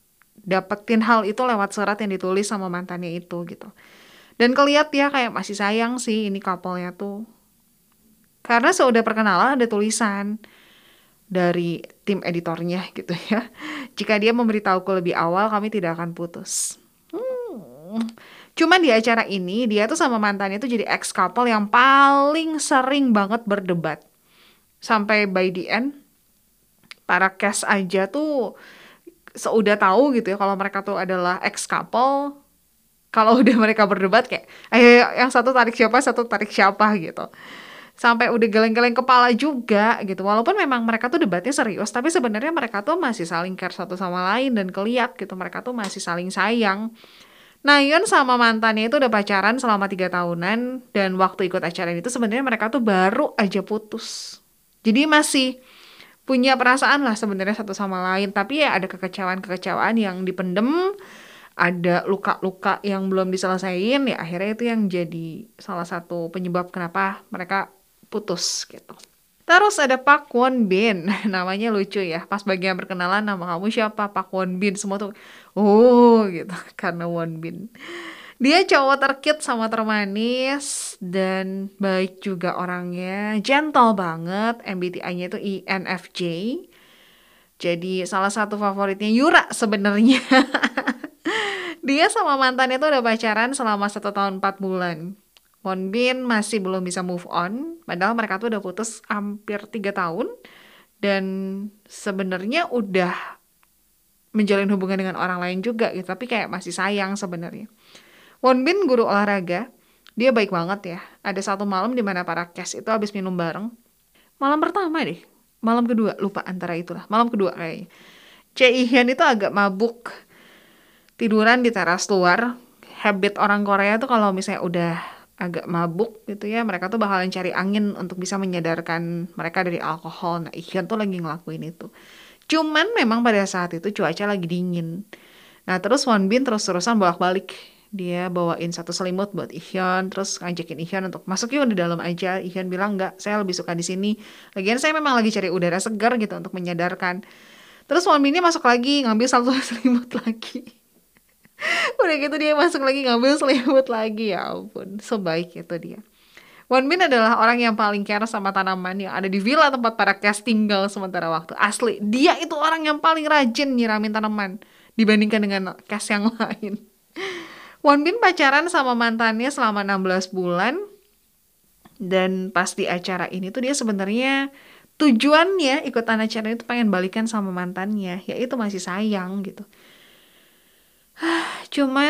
S2: dapetin hal itu lewat surat yang ditulis sama mantannya itu gitu. Dan kelihat ya kayak masih sayang sih ini couple-nya tuh. Karena sudah perkenalan ada tulisan dari tim editornya gitu ya. Jika dia memberitahuku lebih awal, kami tidak akan putus. Hmm. Cuman di acara ini, dia tuh sama mantannya tuh jadi ex couple yang paling sering banget berdebat. Sampai by the end, para cast aja tuh seudah tahu gitu ya kalau mereka tuh adalah ex couple. Kalau udah mereka berdebat kayak, ayo yang satu tarik siapa, satu tarik siapa gitu. Sampai udah geleng-geleng kepala juga gitu. Walaupun memang mereka tuh debatnya serius, tapi sebenarnya mereka tuh masih saling care satu sama lain dan keliat gitu. Mereka tuh masih saling sayang. Na-yeon sama mantannya itu udah pacaran selama tiga tahunan. Dan waktu ikut acara itu sebenarnya mereka tuh baru aja putus. Jadi masih punya perasaan lah sebenarnya satu sama lain. Tapi ya ada kekecewaan-kekecewaan yang dipendem. Ada luka-luka yang belum diselesaikan, ya akhirnya itu yang jadi salah satu penyebab kenapa mereka putus gitu. Terus ada Park Won Bin, namanya lucu ya. Pas bagian perkenalan, nama kamu siapa? Park Won Bin, semua tuh, oh gitu, karena Won Bin. Dia cowok tercute sama termanis dan baik juga orangnya, gentle banget. M B T I-nya itu E N F J. Jadi salah satu favoritnya Yura sebenarnya. Dia sama mantannya tuh udah pacaran selama satu tahun empat bulan. Won Bin masih belum bisa move on, padahal mereka tuh udah putus hampir tiga tahun dan sebenarnya udah menjalin hubungan dengan orang lain juga gitu, tapi kayak masih sayang sebenarnya. Won Bin guru olahraga, dia baik banget ya. Ada satu malam di mana para cast itu habis minum bareng. Malam pertama deh, malam kedua, lupa antara itulah, malam kedua kayaknya. Chae Hee-hyun itu agak mabuk, tiduran di teras luar. Habit orang Korea tuh kalau misalnya udah agak mabuk gitu ya, mereka tuh bakalan cari angin untuk bisa menyadarkan mereka dari alkohol. Nah, Hee-hyun tuh lagi ngelakuin itu. Cuman memang pada saat itu cuaca lagi dingin. Nah, terus Won Bin terus-terusan bolak-balik. Dia bawain satu selimut buat Hee-hyun, terus ngajakin Hee-hyun untuk masuk yuk di dalam aja. Hee-hyun bilang enggak, saya lebih suka di sini. Lagian saya memang lagi cari udara segar gitu untuk menyadarkan. Terus Won Binnya masuk lagi, ngambil satu selimut lagi. Udah gitu dia masuk lagi ngambil selimut lagi, ya ampun, sebaik itu dia. Won Bin adalah orang yang paling care sama tanaman yang ada di villa tempat para cast tinggal sementara waktu. Asli, dia itu orang yang paling rajin nyiramin tanaman dibandingkan dengan cast yang lain. Won Bin pacaran sama mantannya selama enam belas bulan. Dan pas di acara ini tuh dia sebenarnya tujuannya ikutan acara itu pengen balikan sama mantannya, yaitu masih sayang gitu. Cuman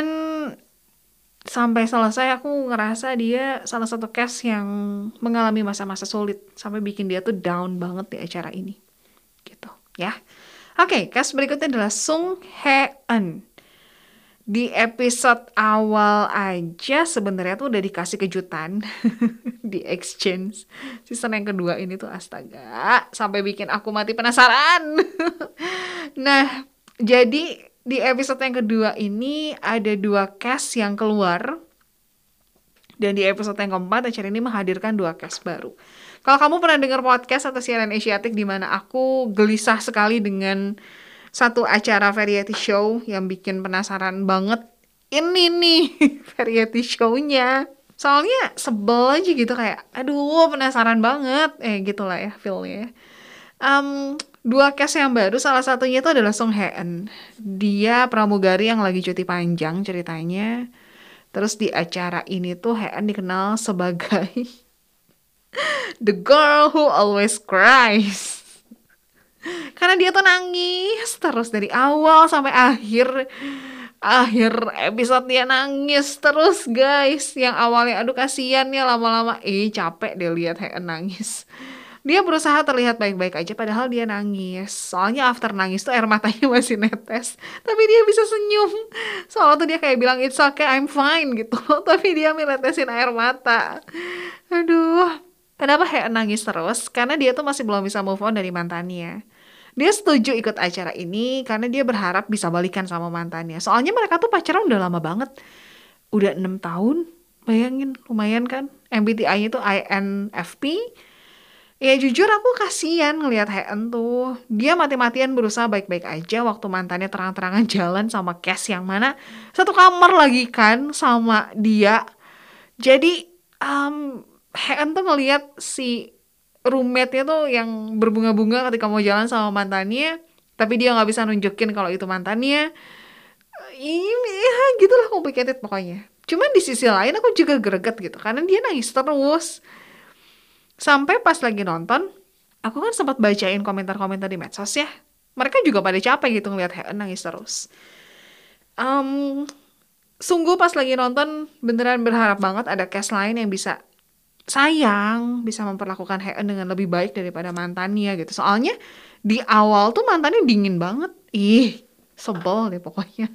S2: sampai selesai aku ngerasa dia salah satu cast yang mengalami masa-masa sulit sampai bikin dia tuh down banget di acara ini gitu ya. Oke, cast berikutnya adalah Sung Hae-eun. Di episode awal aja sebenarnya tuh udah dikasih kejutan di exchange. Season yang kedua ini tuh astaga, sampai bikin aku mati penasaran. Nah, jadi di episode yang kedua ini ada dua cast yang keluar. Dan di episode yang keempat acara ini menghadirkan dua cast baru. Kalau kamu pernah dengar podcast atau siaran Asiatic di mana aku gelisah sekali dengan satu acara variety show yang bikin penasaran banget, ini nih variety show-nya. Soalnya sebel aja gitu, kayak aduh penasaran banget. Eh gitulah ya feel-nya. Um, dua cast yang baru, salah satunya itu adalah Sung Hae-eun. Dia pramugari yang lagi cuti panjang ceritanya. Terus di acara ini tuh Hae-eun dikenal sebagai the girl who always cries. Karena dia tuh nangis terus dari awal sampai akhir. Akhir episode dia nangis terus guys. Yang awalnya aduh kasihan ya, lama-lama eh capek deh lihat Hae-eun nangis. Dia berusaha terlihat baik-baik aja padahal dia nangis. Soalnya after nangis tuh air matanya masih netes. Tapi dia bisa senyum. Soalnya tuh dia kayak bilang it's okay, I'm fine gitu. Tapi dia netesin air mata. Aduh. Kenapa Hae-eun nangis terus? Karena dia tuh masih belum bisa move on dari mantannya. Dia setuju ikut acara ini karena dia berharap bisa balikan sama mantannya. Soalnya mereka tuh pacaran udah lama banget. Udah enam tahun. Bayangin, lumayan kan? M B T I-nya tuh I N F P. Ya jujur aku kasihan ngelihat Hae-eun tuh. Dia mati-matian berusaha baik-baik aja waktu mantannya terang-terangan jalan sama Cass yang mana satu kamar lagi kan sama dia. Jadi um, Hae-eun tuh ngelihat si roommate-nya tuh yang berbunga-bunga ketika mau jalan sama mantannya, tapi dia nggak bisa nunjukin kalau itu mantannya. Ini ya, gitulah complicated pokoknya. Cuman di sisi lain aku juga greget gitu, karena dia nangis terus. Sampai pas lagi nonton, aku kan sempat bacain komentar-komentar di medsos ya. Mereka juga pada capek gitu ngeliat Hae-eun nangis terus. Um, sungguh pas lagi nonton beneran berharap banget ada cast lain yang bisa sayang, bisa memperlakukan Hae-eun dengan lebih baik daripada mantannya gitu. Soalnya di awal tuh mantannya dingin banget. Ih, sebel deh pokoknya.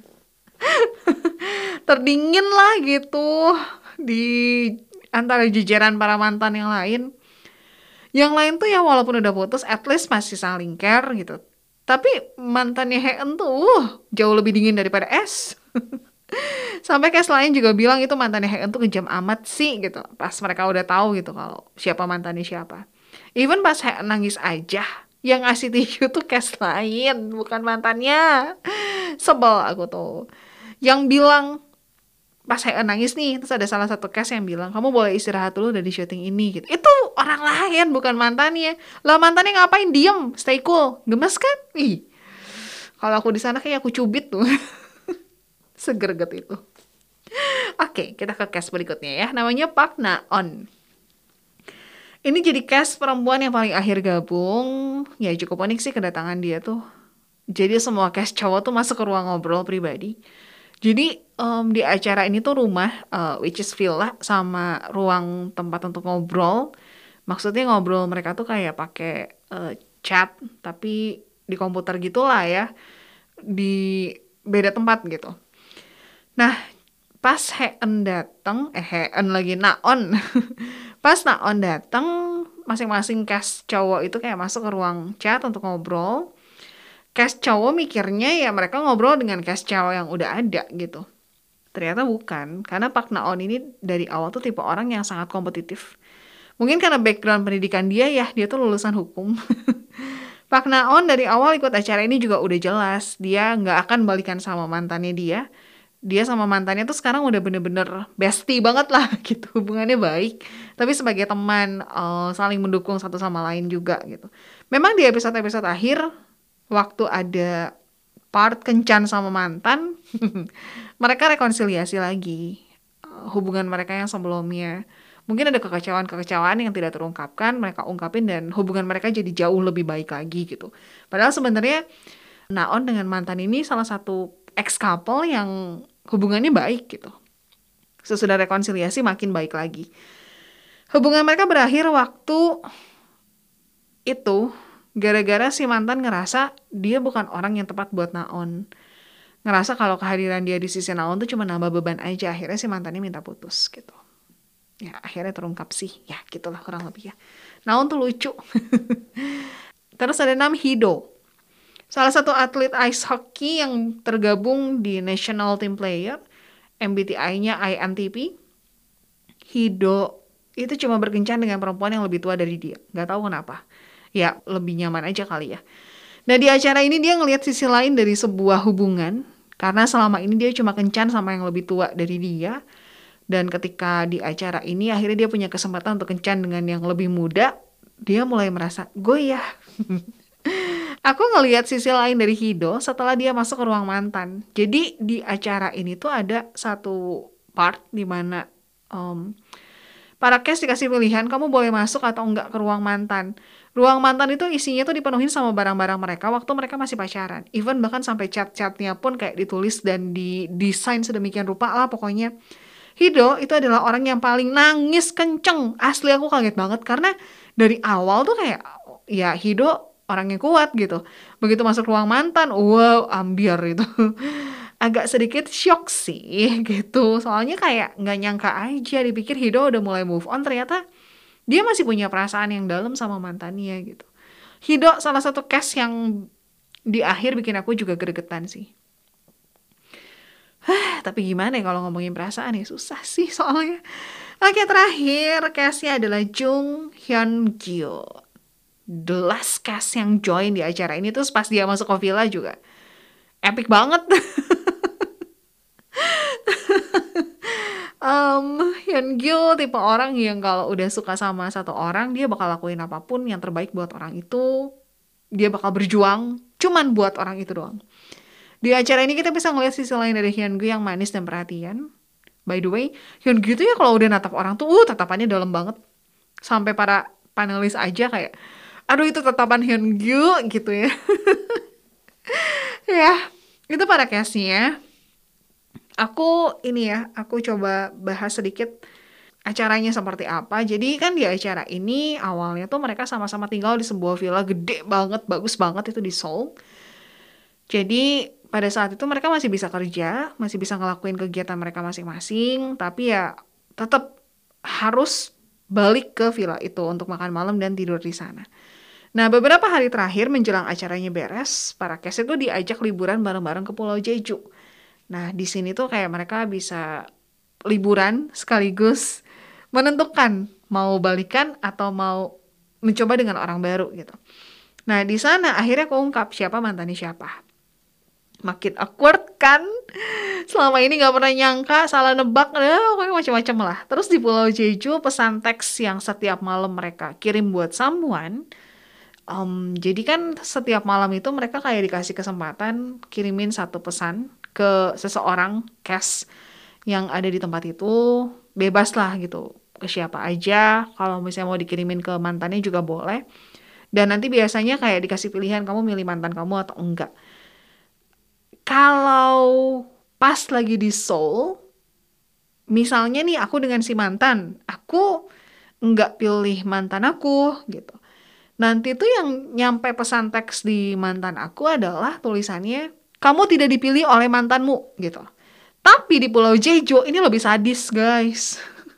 S2: Terdingin lah gitu di antara jajaran para mantan yang lain. Yang lain tuh ya walaupun udah putus, at least masih saling care gitu. Tapi mantannya Hae-eun tuh uh, jauh lebih dingin daripada es. Sampai cast lain juga bilang itu mantannya Hae-eun tuh kejam amat sih gitu. Pas mereka udah tahu gitu kalau siapa mantannya siapa. Even pas Hae-eun nangis aja, yang ngasih tisu tuh cast lain, bukan mantannya. Sebel aku tuh. Yang bilang pas Hae-eun nangis nih, terus ada salah satu cast yang bilang kamu boleh istirahat dulu dari syuting ini gitu. Itu orang lain bukan mantannya. Lah mantannya ngapain diem, stay cool, gemes kan? Ih. Kalau aku di sana kayak aku cubit tuh. Segerget itu. Oke, kita ke cast berikutnya ya. Namanya Park Na-on. Ini jadi cast perempuan yang paling akhir gabung. Ya cukup unik sih kedatangan dia tuh. Jadi semua cast cowok tuh masuk ke ruang ngobrol pribadi. Jadi em, di acara ini tuh rumah, eh, which is villa, sama ruang tempat untuk ngobrol. Maksudnya ngobrol mereka tuh kayak pakai eh, chat, tapi di komputer gitulah ya. Di beda tempat gitu. Nah, pas Heen dateng, eh Heen lagi Naon. Pas Naon dateng, masing-masing cast cowok itu kayak masuk ke ruang chat untuk ngobrol. Cast cowok mikirnya ya mereka ngobrol dengan cast cowok yang udah ada gitu. Ternyata bukan, karena Park Na-on ini dari awal tuh tipe orang yang sangat kompetitif. Mungkin karena background pendidikan dia ya, dia tuh lulusan hukum. Park Na-on dari awal ikut acara ini juga udah jelas, dia nggak akan balikan sama mantannya dia. Dia sama mantannya tuh sekarang udah bener-bener bestie banget lah gitu, hubungannya baik. Tapi sebagai teman, eh, saling mendukung satu sama lain juga gitu. Memang di episode-episode akhir, waktu ada part kencan sama mantan, mereka rekonsiliasi lagi eh, hubungan mereka yang sebelumnya. Mungkin ada kekecewaan-kekecewaan yang tidak terungkapkan, mereka ungkapin dan hubungan mereka jadi jauh lebih baik lagi gitu. Padahal sebenarnya Naon dengan mantan ini salah satu ex couple yang hubungannya baik gitu. Sesudah rekonsiliasi makin baik lagi. Hubungan mereka berakhir waktu itu gara-gara si mantan ngerasa dia bukan orang yang tepat buat Naon. Ngerasa kalau kehadiran dia di sisi Naon tuh cuma nambah beban aja. Akhirnya si mantannya minta putus gitu. Ya akhirnya terungkap sih. Ya gitulah kurang lebih ya. Naon tuh lucu. Terus ada Nam Hido. Salah satu atlet ice hockey yang tergabung di National Team Player. M B T I-nya I N T P. Hido itu cuma berkencan dengan perempuan yang lebih tua dari dia. Gak tahu kenapa. Ya lebih nyaman aja kali ya. Nah di acara ini dia ngelihat sisi lain dari sebuah hubungan. Karena selama ini dia cuma kencan sama yang lebih tua dari dia. Dan ketika di acara ini akhirnya dia punya kesempatan untuk kencan dengan yang lebih muda. Dia mulai merasa goyah. Aku ngelihat sisi lain dari Hido setelah dia masuk ke ruang mantan. Jadi di acara ini tuh ada satu part di mana um, para cast dikasih pilihan, kamu boleh masuk atau enggak ke ruang mantan. Ruang mantan itu isinya tuh dipenuhin sama barang-barang mereka waktu mereka masih pacaran. Even bahkan sampai chat-chatnya pun kayak ditulis dan didesain sedemikian rupa lah pokoknya. Hido itu adalah orang yang paling nangis kenceng. Asli aku kaget banget karena dari awal tuh kayak ya Hido orang yang kuat gitu. Begitu masuk ruang mantan, wow, ambiar itu. Agak sedikit shock sih gitu. Soalnya kayak nggak nyangka aja, dipikir Hido udah mulai move on, ternyata dia masih punya perasaan yang dalam sama mantannya gitu. Hido salah satu cast yang di akhir bikin aku juga gregetan sih. Hah, tapi gimana ya kalau ngomongin perasaan ya susah sih soalnya. Oke, terakhir castnya adalah Jung Hyun Gyo. The last cast yang join di acara ini tuh pas dia masuk ke villa juga epic banget. um, Hyun Gyo tipe orang yang kalau udah suka sama satu orang dia bakal lakuin apapun yang terbaik buat orang itu. Dia bakal berjuang cuman buat orang itu doang. Di acara ini kita bisa ngeliat sisi lain dari Hyun Gyo yang manis dan perhatian. By the way, Hyun Gyo tuh ya kalau udah natap orang tuh uh tatapannya dalam banget. Sampai para panelis aja kayak aduh itu tatapan Hyun Gyo gitu ya. Ya, itu pada case-nya. Aku ini ya, aku coba bahas sedikit acaranya seperti apa. Jadi kan di acara ini awalnya tuh mereka sama-sama tinggal di sebuah villa gede banget, bagus banget itu di Seoul. Jadi pada saat itu mereka masih bisa kerja, masih bisa ngelakuin kegiatan mereka masing-masing, tapi ya tetap harus balik ke villa itu untuk makan malam dan tidur di sana. Nah, beberapa hari terakhir menjelang acaranya beres, para cast itu diajak liburan bareng-bareng ke Pulau Jeju. Nah, di sini tuh kayak mereka bisa liburan sekaligus menentukan mau balikan atau mau mencoba dengan orang baru gitu. Nah, di sana akhirnya keungkap siapa mantannya siapa. Makin awkward kan? Selama ini gak pernah nyangka, salah nebak, eh, macam-macam lah. Terus di Pulau Jeju, pesan teks yang setiap malam mereka kirim buat someone. Um, jadi kan setiap malam itu mereka kayak dikasih kesempatan kirimin satu pesan ke seseorang cast yang ada di tempat itu, bebas lah gitu ke siapa aja. Kalau misalnya mau dikirimin ke mantannya juga boleh. Dan nanti biasanya kayak dikasih pilihan kamu milih mantan kamu atau enggak. Kalau pas lagi di Seoul, misalnya nih aku dengan si mantan, aku enggak pilih mantan aku gitu. Nanti tuh yang nyampe pesan teks di mantan aku adalah tulisannya, kamu tidak dipilih oleh mantanmu gitu. Tapi di Pulau Jeju ini lebih sadis guys.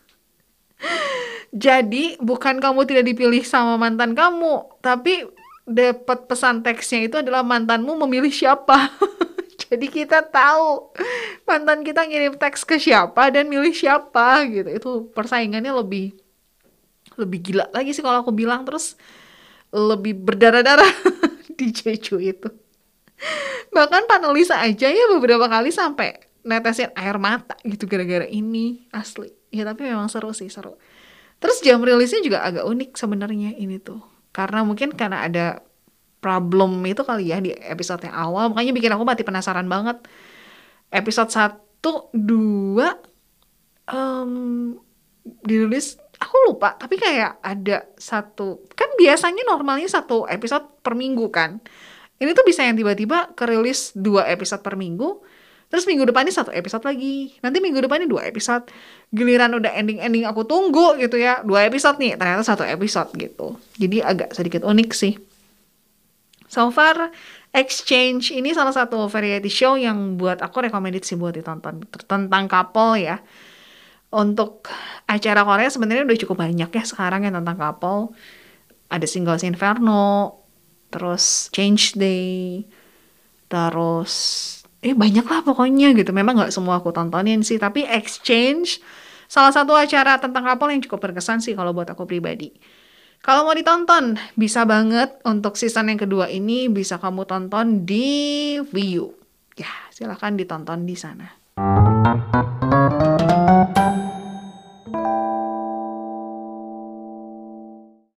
S2: Jadi bukan kamu tidak dipilih sama mantan kamu, tapi dapat pesan teksnya itu adalah mantanmu memilih siapa. Jadi kita tahu mantan kita ngirim teks ke siapa dan milih siapa gitu. Itu persaingannya lebih lebih gila lagi sih kalau aku bilang, terus lebih berdarah-darah di Jeju itu. Bahkan panelisa aja ya beberapa kali sampai netesin air mata gitu gara-gara ini, asli. Ya tapi memang seru sih, seru. Terus jam rilisnya juga agak unik sebenarnya ini tuh. Karena mungkin karena ada problem itu kali ya di episode yang awal, makanya bikin aku mati penasaran banget. Episode satu, dua um, dirilis, aku lupa, tapi kayak ada satu, kan biasanya normalnya satu episode per minggu kan. Ini tuh bisa yang tiba-tiba kerilis dua episode per minggu, terus minggu depannya satu episode lagi, nanti minggu depannya dua episode. Giliran udah ending-ending aku tunggu gitu ya, dua episode nih, ternyata satu episode gitu. Jadi agak sedikit unik sih. So far, Exchange ini salah satu variety show yang buat aku recommended sih buat ditonton. Tentang couple ya. Untuk acara Korea sebenarnya udah cukup banyak ya sekarang yang tentang couple. Ada Singles Inferno, terus Change Day, terus eh banyak lah pokoknya gitu. Memang nggak semua aku tontonin sih, tapi Exchange salah satu acara tentang couple yang cukup berkesan sih kalau buat aku pribadi. Kalau mau ditonton, bisa banget untuk season yang kedua ini bisa kamu tonton di Viu. Ya, silahkan ditonton di sana.